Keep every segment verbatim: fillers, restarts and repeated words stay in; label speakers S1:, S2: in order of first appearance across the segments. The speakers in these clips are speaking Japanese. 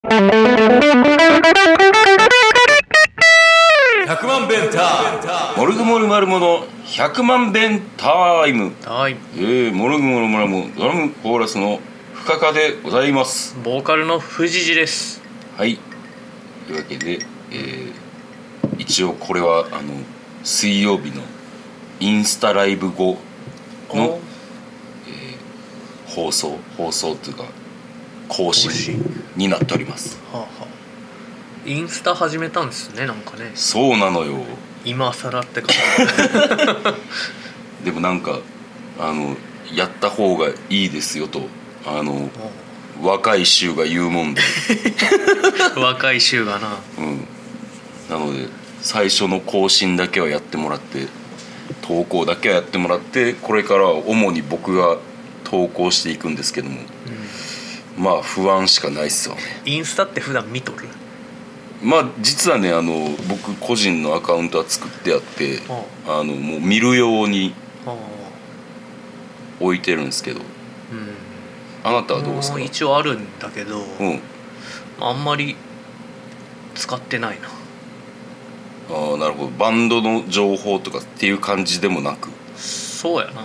S1: ひゃくまん弁タイム、モルグモルマルモのひゃくまん弁タイム。
S2: はい、
S1: えー、モルグモルマルモドラムコーラスの深川でございます。
S2: ボーカルの藤次です。
S1: はい、というわけで、えー、一応これはあの水曜日のインスタライブ後の、えー、放送放送というか更新になっております。
S2: はあはあ、インスタ始めたんですね。なんかね、
S1: そうなのよ。
S2: 今更って感じ
S1: でもなんかあのやった方がいいですよとあの若い衆が言うもんで
S2: 若い衆がな、
S1: うん、なので最初の更新だけはやってもらって、投稿だけはやってもらって、これからは主に僕が投稿していくんですけども、うん、まあ不安しかないっすよね。
S2: インスタって普段見とる？
S1: まあ実はね、あの僕個人のアカウントは作ってあって、あのもう見るように置いてるんですけど、うん、あなたはどうですか？
S2: 一応あるんだけど、
S1: うん、
S2: あんまり使ってないな。
S1: ああ、なるほど。バンドの情報とかっていう感じでもなく。
S2: そうやな、うん、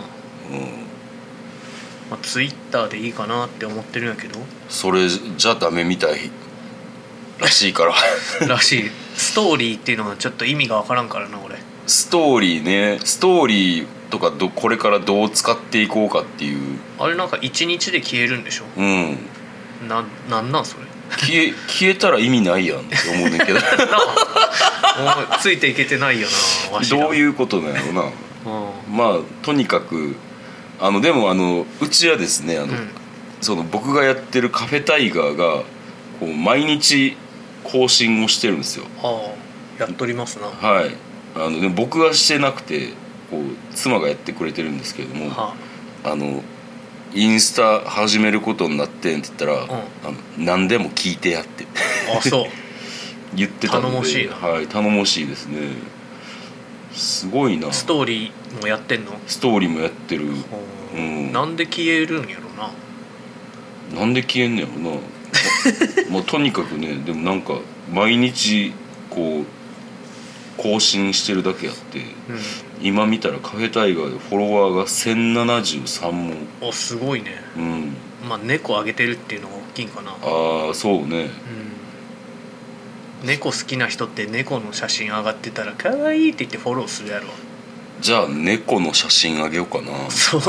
S2: まあ、ツイッターでいいかなって思ってるんやけど、
S1: それじゃダメみたいらしいから
S2: らしい。ストーリーっていうのはちょっと意味が分からんからな俺。
S1: ストーリーね、ストーリーとかどこれからどう使っていこうかっていう。あ
S2: れなんかいちにちで消えるんでしょ？
S1: うん。
S2: な、なんなんそれ。
S1: 消え、消えたら意味ないやんって思うねんけど
S2: ついていけてないよなわしら。
S1: どういうことなんやろな、うん、まあとにかくあのでもあのうちはですね、あの、うん、その僕がやってるカフェタイガーがこう毎日更新をしてるんですよ。
S2: ああ、やっとりますな。
S1: はい。あのでも僕はしてなくてこう妻がやってくれてるんですけれども、はあ、あのインスタ始めることになってんって言ったら、うん、あの何でも聞いてやって
S2: あ、そう
S1: 言ってたので
S2: 頼もしいな。
S1: はい、頼もしいですね。すごいな。
S2: ストーリーもやってんの？
S1: ストーリーもやってる、
S2: うん、なんで消えるんやろな。
S1: なんで消えんねやろなまあ、とにかくね、でもなんか毎日こう更新してるだけあって、うん、今見たらカフェタイガーでフォロワーがせんななじゅうさんもん。
S2: お、すごいね。
S1: うん、
S2: まあ猫あげてるっていうのが大きいんかな。
S1: ああ、そうね、
S2: うん、猫好きな人って猫の写真上がってたら可愛いって言ってフォローするやろ。
S1: じゃあ猫の写真あげようかな。
S2: そうや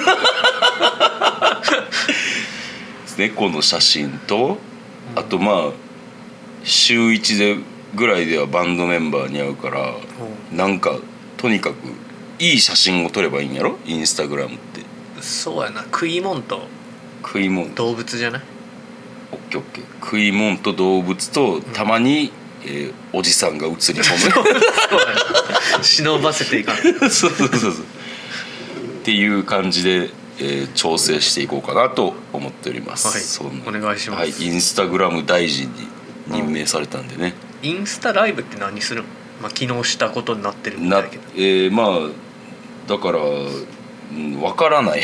S1: 猫の写真と、あとまあ週いちでぐらいではバンドメンバーに会うから、うん、なんかとにかくいい写真を撮ればいいんやろ、インスタグラムって。
S2: そうやな。食い物と
S1: 食い物
S2: 動物じゃない？
S1: オッケーオッケー。食い物と動物とたまに、うん、えー、おじさんが映り込むそうや
S2: な忍ばせていかない
S1: そうそうそうそうっていう感じで、えー、調整していこうかなと思っております。
S2: はい、そんなお願いします。
S1: はい、インスタグラム大臣に任命されたんでね、
S2: うん、インスタライブって何するの？まあ、昨日したことになってるみたいだけど、
S1: えー、まあだから、うん、分からない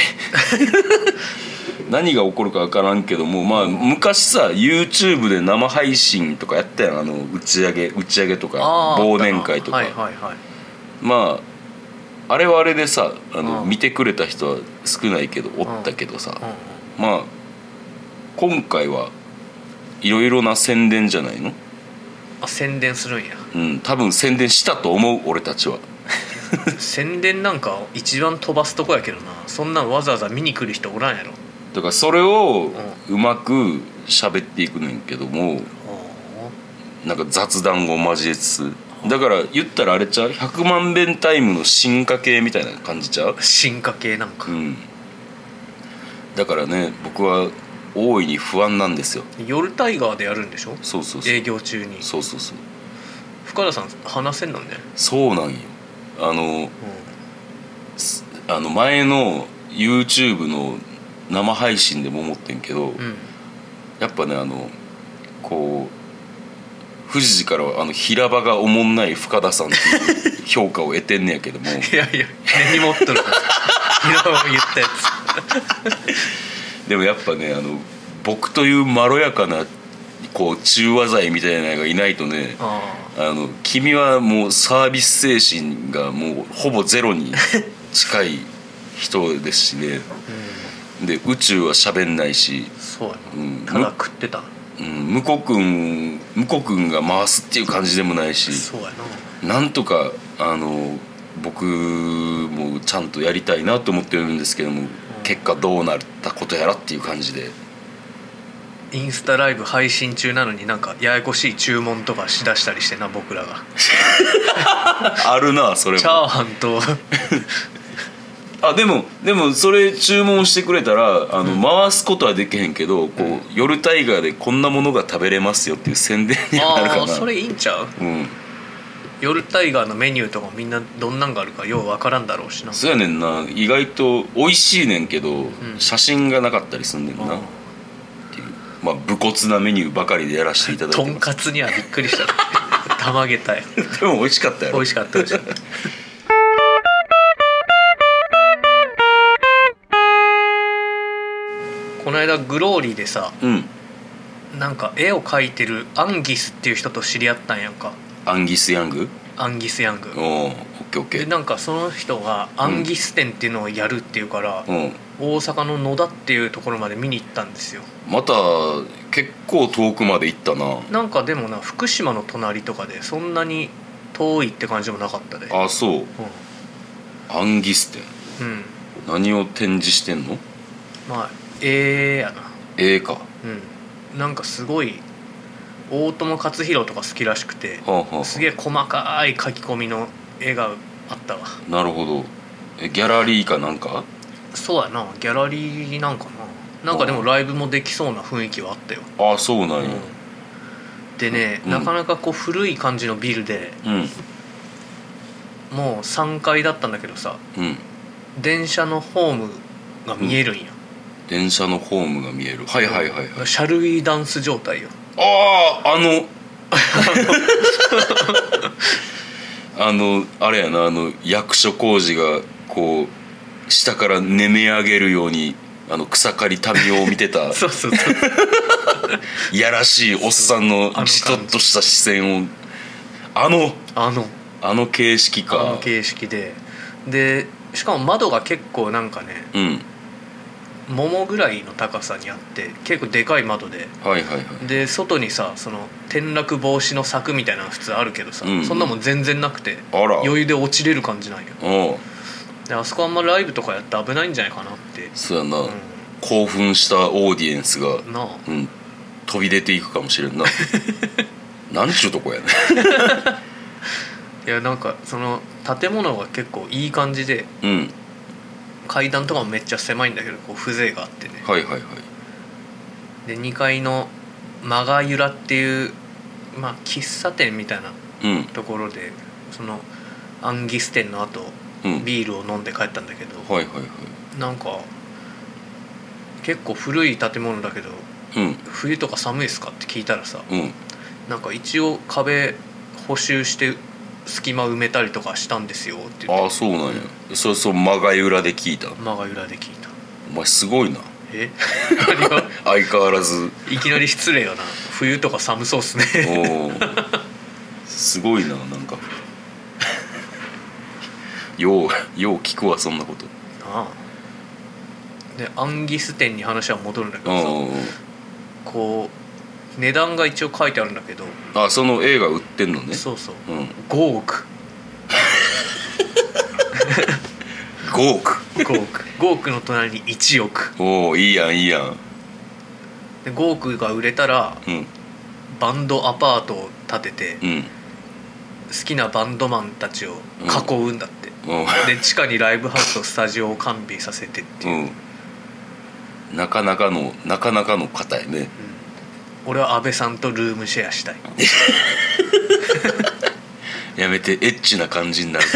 S1: 何が起こるか分からんけども、まあ昔さ YouTube で生配信とかやったやん。あの打ち上げ打ち上げとか忘年会とか、はいはいはい、まああれはあれでさ、あの見てくれた人は少ないけどおったけどさ、まあ今回はいろいろな宣伝じゃないの？
S2: あ、宣伝するんや。
S1: うん、多分宣伝したと思う俺たちは
S2: 宣伝なんか一番飛ばすとこやけどな。そんなんわざわざ見に来る人おらんやろ。
S1: だからそれをうまく喋っていくねんけども、うん、なんか雑談を交えつつ、だから言ったらあれちゃう、ひゃくまん弁タイムの進化系みたいな感じちゃう？
S2: 進化系なんか、うん、
S1: だからね、僕は大いに不安なんですよ。
S2: 夜タイガーでやるんでしょ？
S1: そうそうそう、
S2: 営業中に。
S1: そうそうそう。
S2: 深田さん話せんのね。
S1: そうなんよ。あの、うん、あの前の YouTube の生配信でも思ってんけど、うん、やっぱね、あのこう富士寺からはあの平場がおもんない深田さんっていう評価を得てんねやけどもいや
S2: いや根に持っとる平場を言ったやつ
S1: でもやっぱね、あの僕というまろやかなこう中和剤みたいなのがいないとね、
S2: あ
S1: あの君はもうサービス精神がもうほぼゼロに近い人ですしね、うん、で宇宙は喋んないし、
S2: そうやな、うん、ただ食ってた、
S1: うん、向こう君向こう君が回すっていう感じでもないし、
S2: そうや
S1: な、なんとかあの僕もちゃんとやりたいなと思ってるんですけども、うん、結果どうなったことやらっていう感じで、
S2: インスタライブ配信中なのになんかややこしい注文とかしだしたりしてな、僕らが
S1: あるなそれも。
S2: チャーハンと
S1: あでもでもそれ注文してくれたらあの、うん、回すことはできへんけど、こう、うん、夜タイガーでこんなものが食べれますよっていう宣伝になるかな。あ
S2: それいいんちゃう、うん、夜タイガーのメニューとかみんなどんなんがあるかよう分からんだろうしな。
S1: そうやねんな、意外と美味しいねんけど、うん、写真がなかったりすんねんなっていう、まあ武骨なメニューばかりでやらせていただいてます。
S2: とんかつにはびっくりしたたまげたよ
S1: でも美味しかったやろ。
S2: 美味しかった美味しかったこの間グローリーでさ、うん、なんか絵を描いてるアンギスっていう人と知り合ったんやんか。
S1: アンギス・ヤング
S2: アンギス・ヤング。
S1: おーオッケーオッケー。
S2: でなんかその人がアンギス展っていうのをやるっていうから、うん、大阪の野田っていうところまで見に行ったんですよ。
S1: また結構遠くまで行ったな。
S2: なんかでもな福島の隣とかでそんなに遠いって感じでもなかったで。
S1: あそう、うん、アンギス展、うん、何を展示してんの。
S2: まあ絵やな。
S1: 絵か。
S2: うん。なんかすごい大友克洋とか好きらしくて、はあはあ、すげえ細かい書き込みの絵があったわ。
S1: なるほど。えギャラリーかなんか。
S2: そうやな、ギャラリーなんかな。なんかでもライブもできそうな雰囲気はあったよ。
S1: ああそうなんや、うん、
S2: でね、うん、なかなかこう古い感じのビルで、うん、もうさんかいだったんだけどさ、うん、電車のホームが見えるんや、うん
S1: 電車のホームが見える。はいはいはいはい。
S2: シャルウィーダンス状態よ。
S1: あああのあのあれやな、あの役所広司がこう下から寝め上げるようにあの草刈り民を見てた
S2: そうそうそう
S1: いやらしいおっさんのじとっとした視線をあの
S2: あの
S1: あの形式か。
S2: あの形式ででしかも窓が結構なんかね、うんももぐらいの高さにあって結構でかい窓で、
S1: はいはいはい、で
S2: 外にさその転落防止の柵みたいなの普通あるけどさ、うんうん、そんなもん全然なくて余裕で落ちれる感じなんよ。であそこあんまライブとかやって危ないんじゃないかなって。
S1: そうやな、うん、興奮したオーディエンスがな、うん、飛び出ていくかもしれんななんちゅうとこやね
S2: いやなんかその建物が結構いい感じで、うん階段とかもめっちゃ狭いんだけどこう風情があってね。
S1: はいはいはい。
S2: でにかいのマガユラっていう、まあ、喫茶店みたいなところで、うん、そのアンギス店の後、うん、ビールを飲んで帰ったんだけど、
S1: はいはいはい、
S2: なんか結構古い建物だけど、うん、冬とか寒いですかって聞いたらさ、うん、なんか一応壁補修して隙間埋めたりとかしたんですよって言って。
S1: ああそうなんや、うん、それそう間が裏で聞いた。
S2: 間が裏で聞いた。
S1: お前すごいな。
S2: え
S1: 相変わらず
S2: いきなり失礼よな。冬とか寒そうっすね
S1: おすごいな。なんかようよう聞くわそんなこと。あ
S2: あでアンギス店に話は戻るんだけどさ、こう値段が一応書いてあるんだけど。
S1: あその映画売ってんのね。
S2: そうそう、うん、ごおく
S1: ごおく
S2: ごおくごおくの隣にいちおく。
S1: おおいいやんいいやん。
S2: でごおくが売れたら、うん、バンドアパートを建てて、うん、好きなバンドマンたちを囲うんだって、うん、で地下にライブハウスとスタジオを完備させてっていう、
S1: うん、なかなかのなかなかの方やね、うん
S2: 俺は安倍さんとルームシェアしたい
S1: やめてエッチな感じになる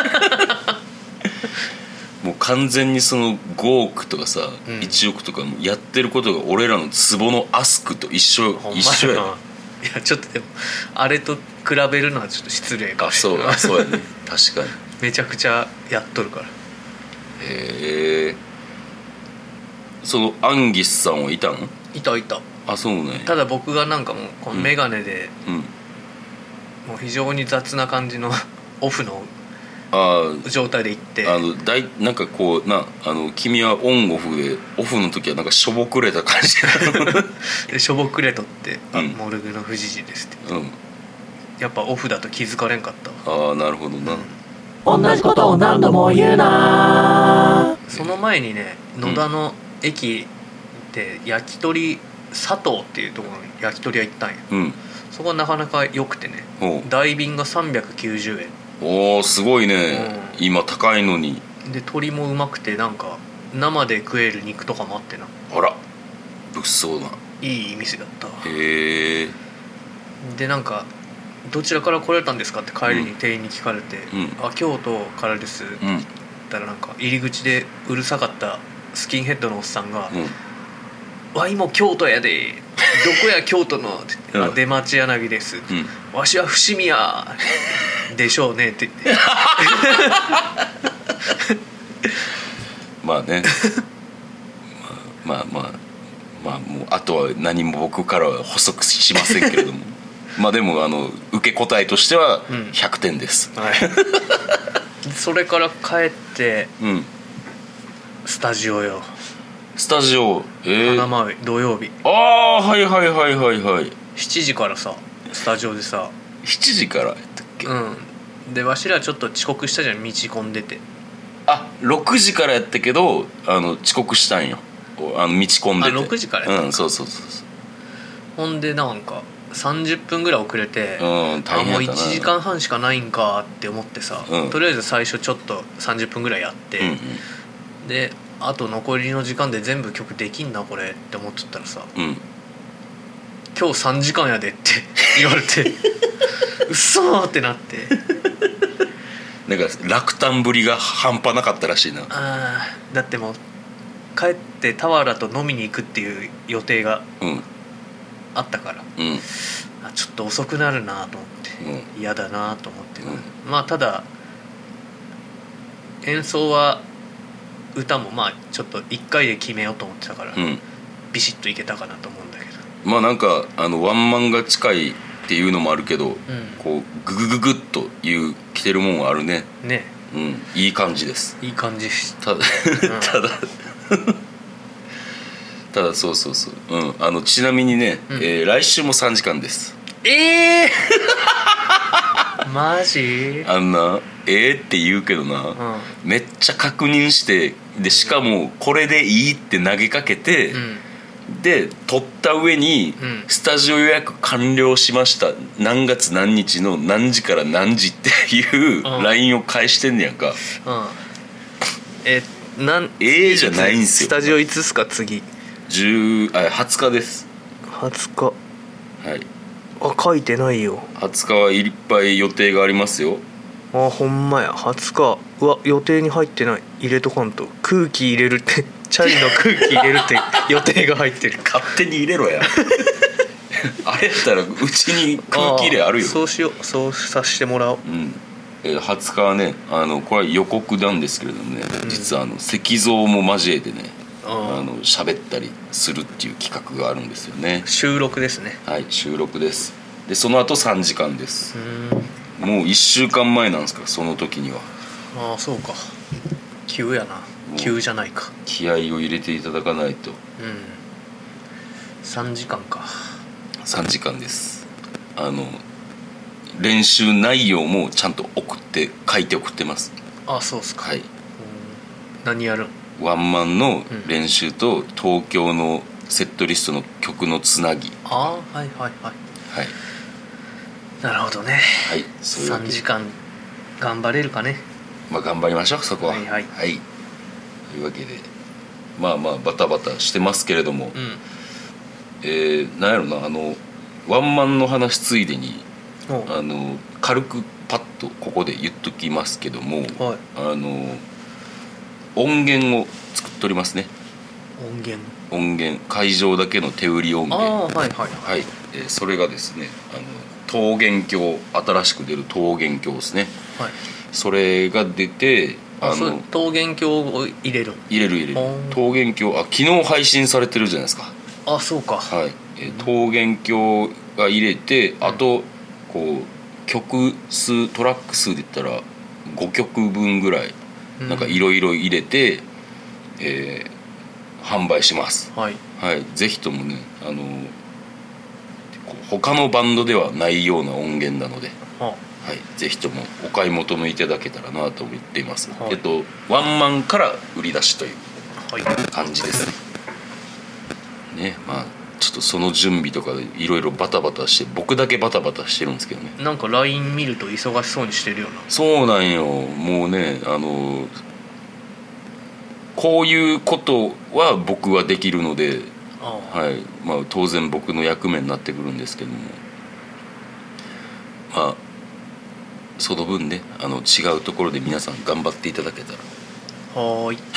S1: もう完全にそのごおくとかさ、うん、いちおくとかやってることが俺らの壺のアスクと一緒一緒やな。い
S2: やちょっとでもあれと比べるのはちょっと失礼かもしれない。
S1: あそうあそうやね確かに
S2: めちゃくちゃやっとるから。へ
S1: え。そのアンギスさんはいたの？
S2: いたいた。
S1: あ、そうね。
S2: ただ僕がなんかもうこの眼鏡で、
S1: うんうん、
S2: もう非常に雑な感じのオフの状態で行って、
S1: あのだいなんかこうなあの君はオンオフでオフの時はなんかしょぼくれた感じ
S2: でしょぼくれとって、
S1: うん、
S2: モルグの富士寺ですって、
S1: うん、
S2: やっぱオフだと気づかれんかったわ。
S1: ああ、なるほどな、
S3: うん、同じことを何度も言うな。
S2: その前にね、野田の駅で焼き鳥佐藤っていうところに焼き鳥屋行ったんや、
S1: うん、
S2: そこはなかなか良くてね、大瓶がさんびゃくきゅうじゅうえん。
S1: おー、すごいね、うん、今高いのに。
S2: で鶏もうまくて、なんか生で食える肉とかもあってな、
S1: あら物騒な、
S2: いい店だったわ。
S1: へえ。
S2: でなんかどちらから来られたんですかって帰りに店員に聞かれて、うん、あ、京都からですって言ったら、なんか入り口でうるさかったスキンヘッドのおっさんが、うん、わいも京都やで、どこや京都のって言って、あ、出町柳です、うん、わしは伏見やでしょうねって言って
S1: まあねまあまあまあまあもうあとは何も僕からは補足しませんけれどもまあでもあの受け答えとしてはひゃくてんです、うん、はい、
S2: それから帰って、うん、スタジオよ。
S1: スタジオ、
S2: えー、花舞土曜日。
S1: ああ、はいはいはいはいはい。
S2: しちじからさ、スタジオでさ。
S1: しちじからやったっけ。
S2: うん。でわしらちょっと遅刻したじゃん、道込んでて。
S1: あ、ろくじからやったけど、あの遅刻したんよ、あの道込んでて。あ、
S2: ろくじからやった。
S1: うん、そうそうそうそう。
S2: ほんでなんかさんじゅっぷんぐらい遅れて、
S1: うん、大変やったな。
S2: あ、もういちじかんはんしかないんかって思ってさ、うん、とりあえず最初ちょっとさんじゅっぷんぐらいやって、うんうん、であと残りの時間で全部曲できんなこれって思っとったらさ、うん、今日さんじかんやでって言われてうっそーってなって
S1: なんか落胆ぶりが半端なかったらしいな。
S2: あ、だってもう帰って田原と飲みに行くっていう予定があったから、うん、あ、ちょっと遅くなるなと思って、嫌、うん、だなと思って、うん、まあただ演奏は歌もまあちょっといっかいで決めようと思ってたから、うん、ビシッといけたかなと思うんだけど、
S1: まあなんかあのワンマンが近いっていうのもあるけど、うん、こうググググッという着てるもんはあるね。
S2: ね、
S1: うん、いい感じです。
S2: いい感じ
S1: ただ、うん、ただただそうそうそう、うん、あのちなみにね、うん、えー、来週もさんじかんです。
S2: ええー、マジ？
S1: あんなえーって言うけどな、うん、めっちゃ確認して、でしかもこれでいいって投げかけて、うん、で撮った上に、うん、スタジオ予約完了しました、何月何日の何時から何時っていう ライン を返してんねやんか、うん、
S2: えなん
S1: えーじゃないんすよ。
S2: スタジオいつっすか次？
S1: じゅうあはつかです。
S2: はつか、
S1: はい。
S2: あ、書いてないよ。
S1: はつかはいっぱい予定がありますよ。
S2: あ、ほんまや、はつか。うわ、予定に入ってない。入れとかんと。空気入れるってチャリの空気入れるって予定が入ってる。
S1: 勝手に入れろやあれやったらうちに空気入れあるよ。
S2: そうしよう、そうさせてもらおう。うん、
S1: えー、はつかはね、あのこれは予告なんですけれどもね、うん、実はあの石像も交えてね、あの喋ったりするっていう企画があるんですよね。
S2: 収録ですね。
S1: はい、収録です。でその後さんじかんです。うん、もういっしゅうかんまえなんですか、その時には。
S2: ああ、そうか、急やな。急じゃないか。
S1: 気合を入れていただかないと。うん、
S2: さんじかんか。
S1: さんじかんです。あの練習内容もちゃんと送って書いて送ってます。
S2: ああ、そうっすか。
S1: はい。
S2: 何やるん？
S1: ワンマンの練習と東京のセットリストの曲のつなぎ。
S2: ああ、はいはいはい。はい。なるほどね。
S1: はい。そういうわけで
S2: さんじかん頑張れるかね。
S1: まあ頑張りましょう、そこは。
S2: はいはい。
S1: はい。というわけで、まあまあバタバタしてますけれども、うん、えー、なんやろな、あのワンマンの話ついでに、あの軽くパッとここで言っときますけども、はい、あの音源を作っておりますね。
S2: 音源
S1: 音源会場だけの手売り音源。
S2: あ、はいはいはい、
S1: はい、えー、それがですね、あの桃源郷、新しく出る桃源郷ですね、はい、それが出て、
S2: ああの桃源郷を入れる
S1: 入れる入れる桃源郷、あ、昨日配信されてるじゃないですか。
S2: あ、そうか。
S1: はい、 えー、桃源郷が入れて、うん、あとこう曲数トラック数で言ったらごきょくぶんぐらいなんかいろいろ入れて、えー、販売します。
S2: はい、
S1: はい、ぜひともね、あの他のバンドではないような音源なので、はあ、はい、ぜひともお買い求めいただけたらなと思っています。はい、えっとワンマンから売り出しという感じですね。ね、まあちょっとその準備とかでいろいろバタバタして、僕だけバタバタしてるんですけどね。
S2: なんか ライン 見ると忙しそうにしてるような。
S1: そうなんよ。もうね、あのこういうことは僕はできるので、ああ、はい、まあ、当然僕の役目になってくるんですけども、まあその分ね、あの違うところで皆さん頑張っていただけたら。
S2: はーい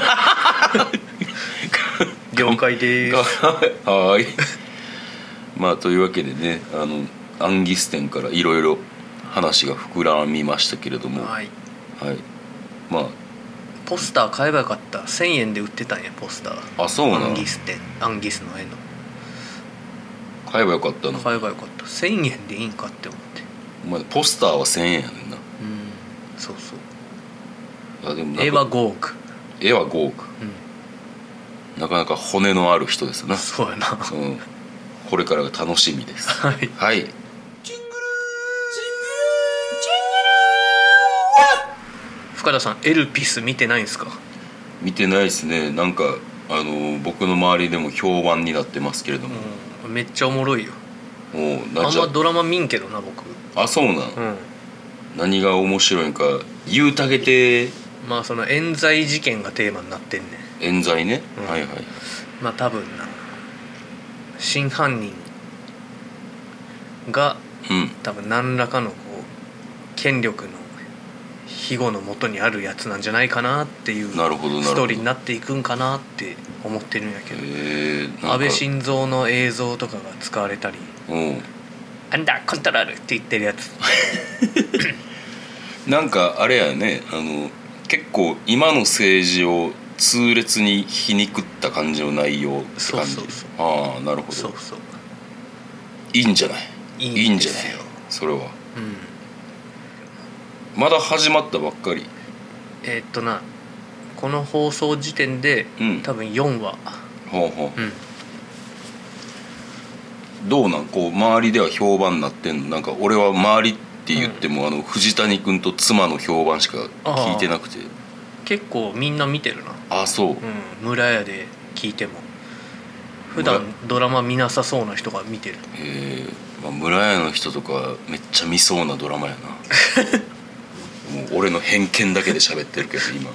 S2: 了解でーす
S1: はーいまあというわけでね、あのアンギス店からいろいろ話が膨らみましたけれども、
S2: はい、
S1: はい、まあ
S2: ポスター買えばよかった。せんえんで売ってたんや、ポスター。
S1: あ、そうなの。
S2: アンギス店、アンギスの絵の
S1: 買えばよかったの。
S2: 買えばよかった。せんえんでいいんかって思って。
S1: お前ポスターはせんえんやねんな。
S2: うん、そうそう。
S1: あ、でも
S2: 絵はごおく。
S1: 絵はごおく、うん、なかなか骨のある人ですな。
S2: そうやな、
S1: うん、これからが楽しみです。
S2: はい、
S1: はい、
S2: 深田さん、エルピス見てないんですか？
S1: 見てないですね。なんかあの僕の周りでも評判になってますけれども、
S2: うん、めっちゃおもろいよ。
S1: お
S2: あんまドラマ見んけどな、僕。
S1: あ、そうなん、うん、何が面白いんか言うたげて。
S2: まあその冤罪事件がテーマになってんねん。
S1: 冤罪ね、うん、はいはい。
S2: まあ多分な、真犯人が、うん、多分何らかのこう権力の庇護のもとにあるやつなんじゃないかなっていうストーリーになっていくんかなって思ってるんやけど、
S1: えー、
S2: 安倍晋三の映像とかが使われたり、うん、アンダーコントロールって言ってるやつ
S1: なんかあれやね、あの結構今の政治を痛烈に皮肉った感じの内容って感じ。そうそうそう。ああ、なるほど。
S2: そうそう。
S1: いいんじゃない。
S2: いいんですよ。いいんじゃない。
S1: それは。うん。まだ始まったばっかり。
S2: えー、っとな、この放送時点で、うん、多分よんわ。
S1: ほうほう。うん。どうなん、こう周りでは評判になってんの。なんか俺は周りって言っても、うん、あの藤谷君と妻の評判しか聞いてなくて。
S2: 結構みんな見てるな。
S1: あ、そう、うん、
S2: 村屋で聞いても普段ドラマ見なさそうな人が見てる。
S1: へえ、まあ、村屋の人とかめっちゃ見そうなドラマやなもう俺の偏見だけで喋ってるけど今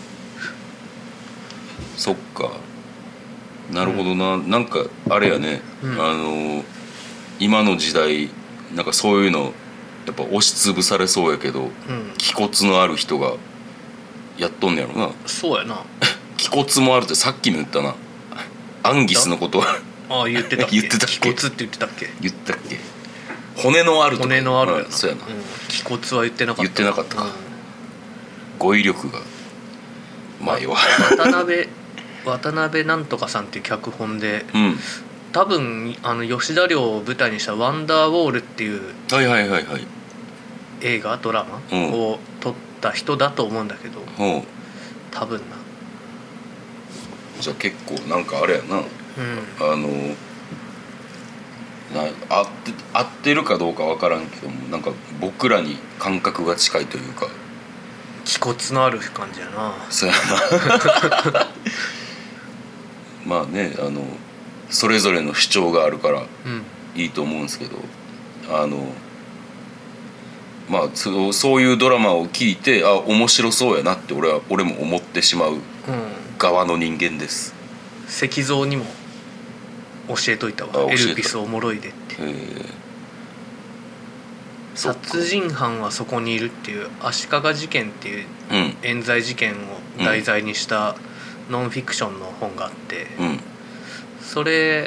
S1: そっか、なるほどな、うん、なんかあれやね、うん、あの今の時代なんかそういうのやっぱ押しつぶされそうやけど、うん、気骨のある人がやっとんねやろな。
S2: そうやな
S1: 気骨もあるってさっきも言ったな。アンギスのことは
S2: ああ言ってたっけ
S1: 言ってたっけ。
S2: 気骨って言ってたっけ。
S1: 言ったっけ。骨のあるとか。
S2: 骨のあるやな、
S1: うん、そうやな、うん、
S2: 気骨は言ってなかった。
S1: 言ってなかったか、うん、語彙力がまあ弱い
S2: 渡辺渡辺なんとかさんっていう脚本で、うん、多分あの吉田寮を舞台にした「ワンダーウォール」っていう
S1: はいはいはいはい
S2: 映画ドラマを撮った人だと思うんだけど、うん、多分な。
S1: じゃあ結構なんかあれやな、うん、あのな合って合ってるかどうか分からんけども、なんか僕らに感覚が近いというか
S2: 気骨のある感じやな。
S1: そうやなまあね、あのそれぞれの主張があるからいいと思うんですけど、うん、あのまあそ、そういうドラマを聞いてあ面白そうやなって俺は俺も思ってしまう側の人間です、
S2: うん、石像にも教えといたわ。エルピスおもろいでって。殺人犯はそこにいるっていう足利事件っていう冤罪事件を題材にしたノンフィクションの本があって、うん、それ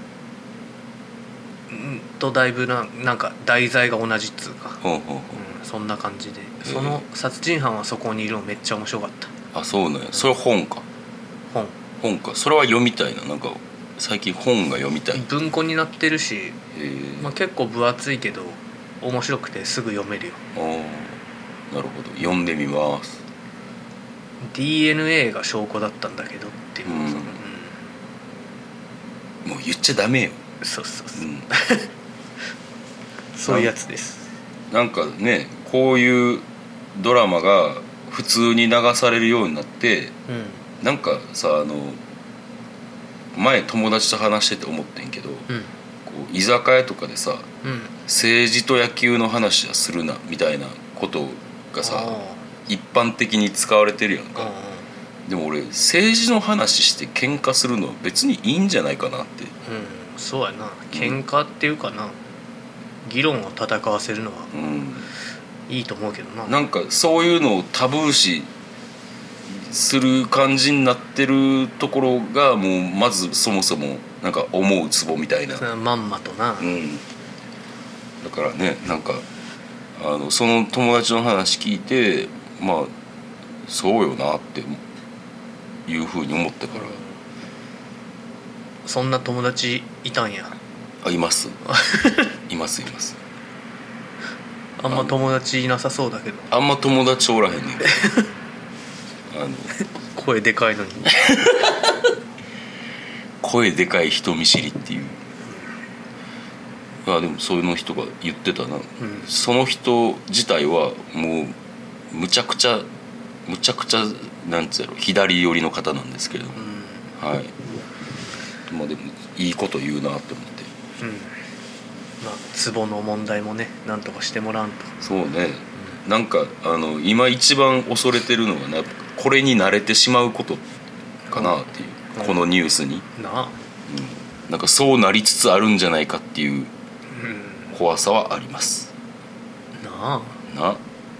S2: とだいぶな、なんか題材が同じっつうか、ほうほうほう、うん、そんな感じで、その殺人犯はそこにいるのめっちゃ面白かった。
S1: あ、そうなんや。それ本か。
S2: 本
S1: 本か。それは読みたいな。なんか最近本が読みたい。
S2: 文庫になってるし、まあ、結構分厚いけど面白くてすぐ読めるよ。
S1: ああ、なるほど、読んでみます。
S2: ディーエヌエー が証拠だったんだけどっていう、うん、
S1: もう言っちゃダメよ。
S2: そうそうそう、うん、そういうやつです。
S1: なんかね、こういうドラマが普通に流されるようになって、うん、なんかさ、あの前友達と話してて思ってんけど、うん、こう居酒屋とかでさ、うん、政治と野球の話はするなみたいなことがさ一般的に使われてるやんか。でも俺政治の話して喧嘩するのは別にいいんじゃないかなって。うん、
S2: そうやな。喧嘩っていうかな、うん、議論を戦わせるのは、うん、いいと思うけどな。
S1: なんかそういうのをタブー視する感じになってるところがもうまずそもそもなんか思うツボみたいな。
S2: まんまとな、うん、
S1: だからね、なんかあのその友達の話聞いて、まあそうよなっていうふうに思ったから。
S2: そんな友達いたんや。
S1: あ、いますいますいます。
S2: あんま友達いなさそうだけど。
S1: あんま友達おらへんねんあの
S2: 声でかいのに
S1: 声でかい人見知りっていう。あ、でもそういうの人が言ってたな、うん、その人自体はもうむちゃくちゃむちゃくちゃなんつうやろ、左寄りの方なんですけれども、うん、はい。まあでもいいこと言うなって思って、うん、
S2: まあツボの問題もね、なんとかしてもらわんと。
S1: そうね、うん、なんかあの今一番恐れてるのがね、これに慣れてしまうことかなっていう、うん、このニュースになあ、うん、なんかそうなりつつあるんじゃないかっていう怖さはあります、うん、なあなあ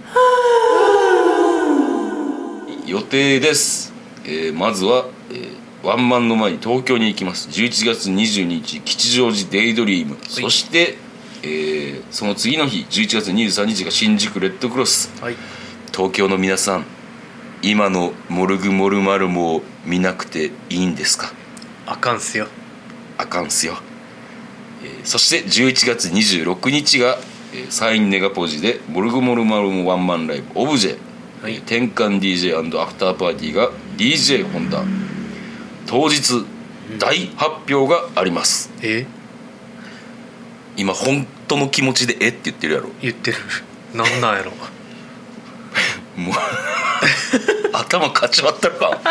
S1: 予定です、えー、まずは、えー、ワンマンの前に東京に行きます。じゅういちがつにじゅうににち吉祥寺デイドリーム、はい、そして、えー、その次の日じゅういちがつにじゅうさんにちが新宿レッドクロス、はい、東京の皆さん、今のモルグモルマルモを見なくていいんですか？
S2: あかんすよ。
S1: あかんすよ、えー、そしてじゅういちがつにじゅうろくにちが、えー、サインネガポジでモルグモルマルモワンマンライブオブジェ、はい、転換 ディージェー& アフターパーティーが ディージェー ホンダ、当日大発表があります、うん、え今本当の気持ちでえって言ってるやろ。
S2: 言ってる。なんなんやろ
S1: もう頭かち割ったのか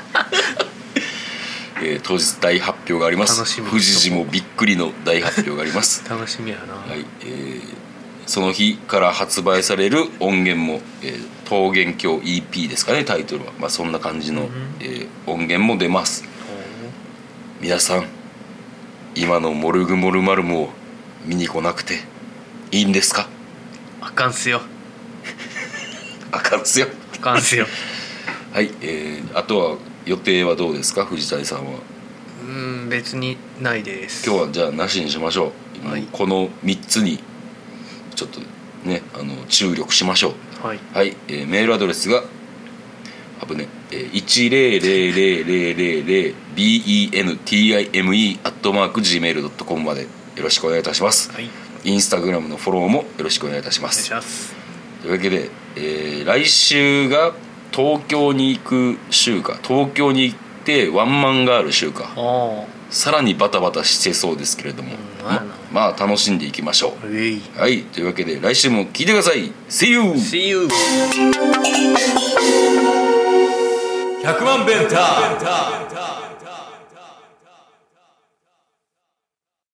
S1: えー、当日大発表があります。楽しみ。富士寺もびっくりの大発表があります
S2: 楽しみやな、
S1: はい。えー、その日から発売される音源も、えー、桃源郷 イーピー ですかね、タイトルは。まあ、そんな感じの、うん、えー、音源も出ます。皆さん、今のモルグモルマルモを見に来なくていいんですか？
S2: あかんすよ
S1: あかんすよ
S2: あかんすよ
S1: はい、えー、あとは予定はどうですか、藤谷さんは？
S2: うーん、別にないです。
S1: 今日はじゃあなしにしましょう、はい、このみっつにちょっとね、あの注力しましょう。はい、はい。えー、メールアドレスがあぶね、えー、いちゼロゼロゼロゼロゼロゼロ ビーイーエヌティーアイエムイー アットマーク ジーメールドットコム までよろしくお願いいたします。はい、インスタグラムのフォローもよろしくお願いいたします。お願いします。というわけで、えー、来週が東京に行く週か、東京に行ってワンマンがある週か、さらにバタバタしてそうですけれども、うん、ま, まあ楽しんでいきましょう。はい、というわけで来週も聞いてください。 See you! See you! ひゃくまんベンター